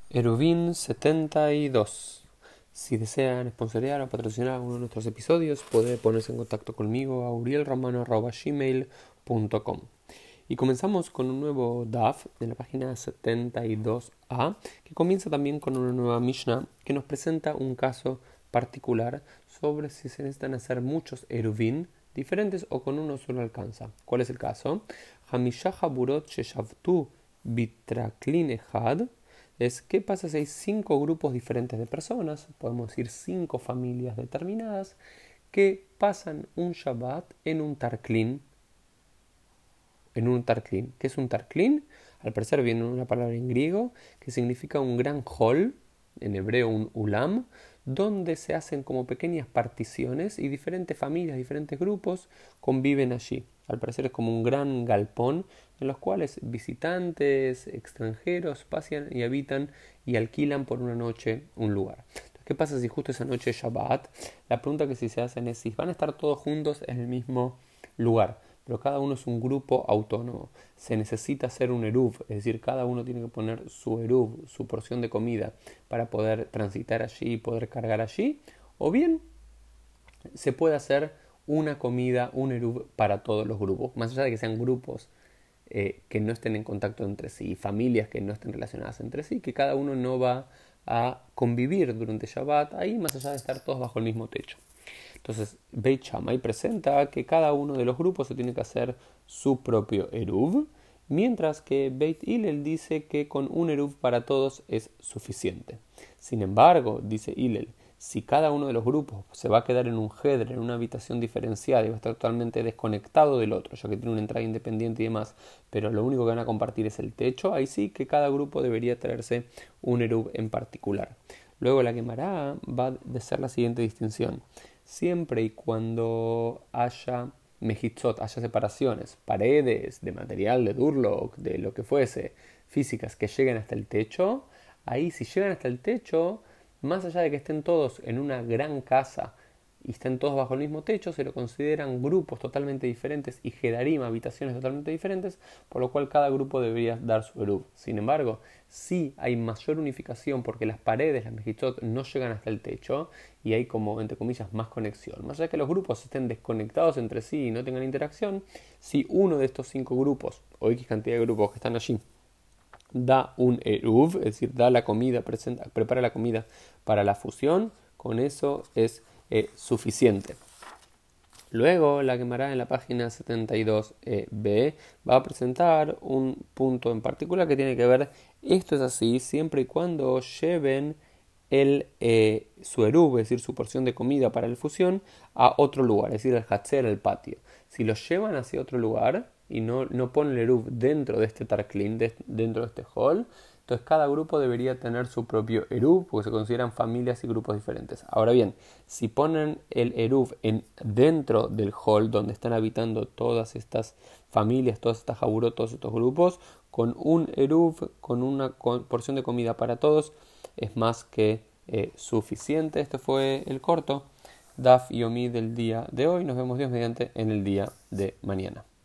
Eruvin 72. Si desean sponsorear o patrocinar alguno de nuestros episodios, puede ponerse en contacto conmigo a urielromano@gmail.com. Y comenzamos con un nuevo DAF de la página 72a, que comienza también con una nueva Mishnah que nos presenta un caso particular sobre si se necesitan hacer muchos Eruvin diferentes o con uno solo alcanza. ¿Cuál es el caso? Hamishah Haburot Sheshavtu Bitraklin Echad. Es qué pasa si hay 5 grupos diferentes de personas, podemos decir 5 familias determinadas, que pasan un Shabbat en un Tarklin. ¿Qué es un Tarklin? Al parecer viene una palabra en griego que significa un gran hall, en hebreo un ulam, donde se hacen como pequeñas particiones y diferentes familias, diferentes grupos conviven allí. Al parecer es como un gran galpón en los cuales visitantes, extranjeros pasan y habitan y alquilan por una noche un lugar. Entonces, ¿qué pasa si justo esa noche es Shabbat? La pregunta que se hacen es si van a estar todos juntos en el mismo lugar, pero cada uno es un grupo autónomo. Se necesita hacer un eruv, es decir, cada uno tiene que poner su eruv, su porción de comida, para poder transitar allí y poder cargar allí. O bien se puede hacer una comida, un eruv para todos los grupos, más allá de que sean grupos que no estén en contacto entre sí, familias que no estén relacionadas entre sí, que cada uno no va a convivir durante Shabbat ahí, más allá de estar todos bajo el mismo techo. Entonces, Beit Shammai presenta que cada uno de los grupos se tiene que hacer su propio eruv, mientras que Beit Hillel dice que con un eruv para todos es suficiente. Sin embargo, dice Hillel, si cada uno de los grupos se va a quedar en un hedre, en una habitación diferenciada y va a estar totalmente desconectado del otro, ya que tiene una entrada independiente y demás, pero lo único que van a compartir es el techo, ahí sí que cada grupo debería traerse un eruv en particular. Luego la Gemara va a hacer la siguiente distinción. Siempre y cuando haya mejitzot, haya separaciones, paredes de material, de durlock, de lo que fuese, físicas que lleguen hasta el techo, ahí si llegan hasta el techo, más allá de que estén todos en una gran casa y estén todos bajo el mismo techo, se lo consideran grupos totalmente diferentes y jedarim, habitaciones totalmente diferentes, por lo cual cada grupo debería dar su eruv. Sin embargo, si hay mayor unificación porque las paredes, las mejitzot, no llegan hasta el techo y hay como, entre comillas, más conexión, más allá de que los grupos estén desconectados entre sí y no tengan interacción, si uno de estos 5 grupos o X cantidad de grupos que están allí da un eruv, es decir, da la comida, prepara la comida para la fusión, con eso es suficiente. Luego la Gemara en la página 72b va a presentar un punto en particular que tiene que ver, esto es así siempre y cuando lleven su eruv, es decir, su porción de comida para la fusión, a otro lugar, es decir, al hatzer, al patio. Si lo llevan hacia otro lugar y no ponen el eruv dentro de este tarklin, dentro de este hall, entonces cada grupo debería tener su propio eruv, porque se consideran familias y grupos diferentes. Ahora bien, si ponen el eruv dentro del hall donde están habitando todas estas familias, todas estas jaburot, todos estos grupos, con un eruv, con una porción de comida para todos, es más que suficiente. Este fue el corto Daf Yomi del día de hoy. Nos vemos Dios mediante en el día de mañana.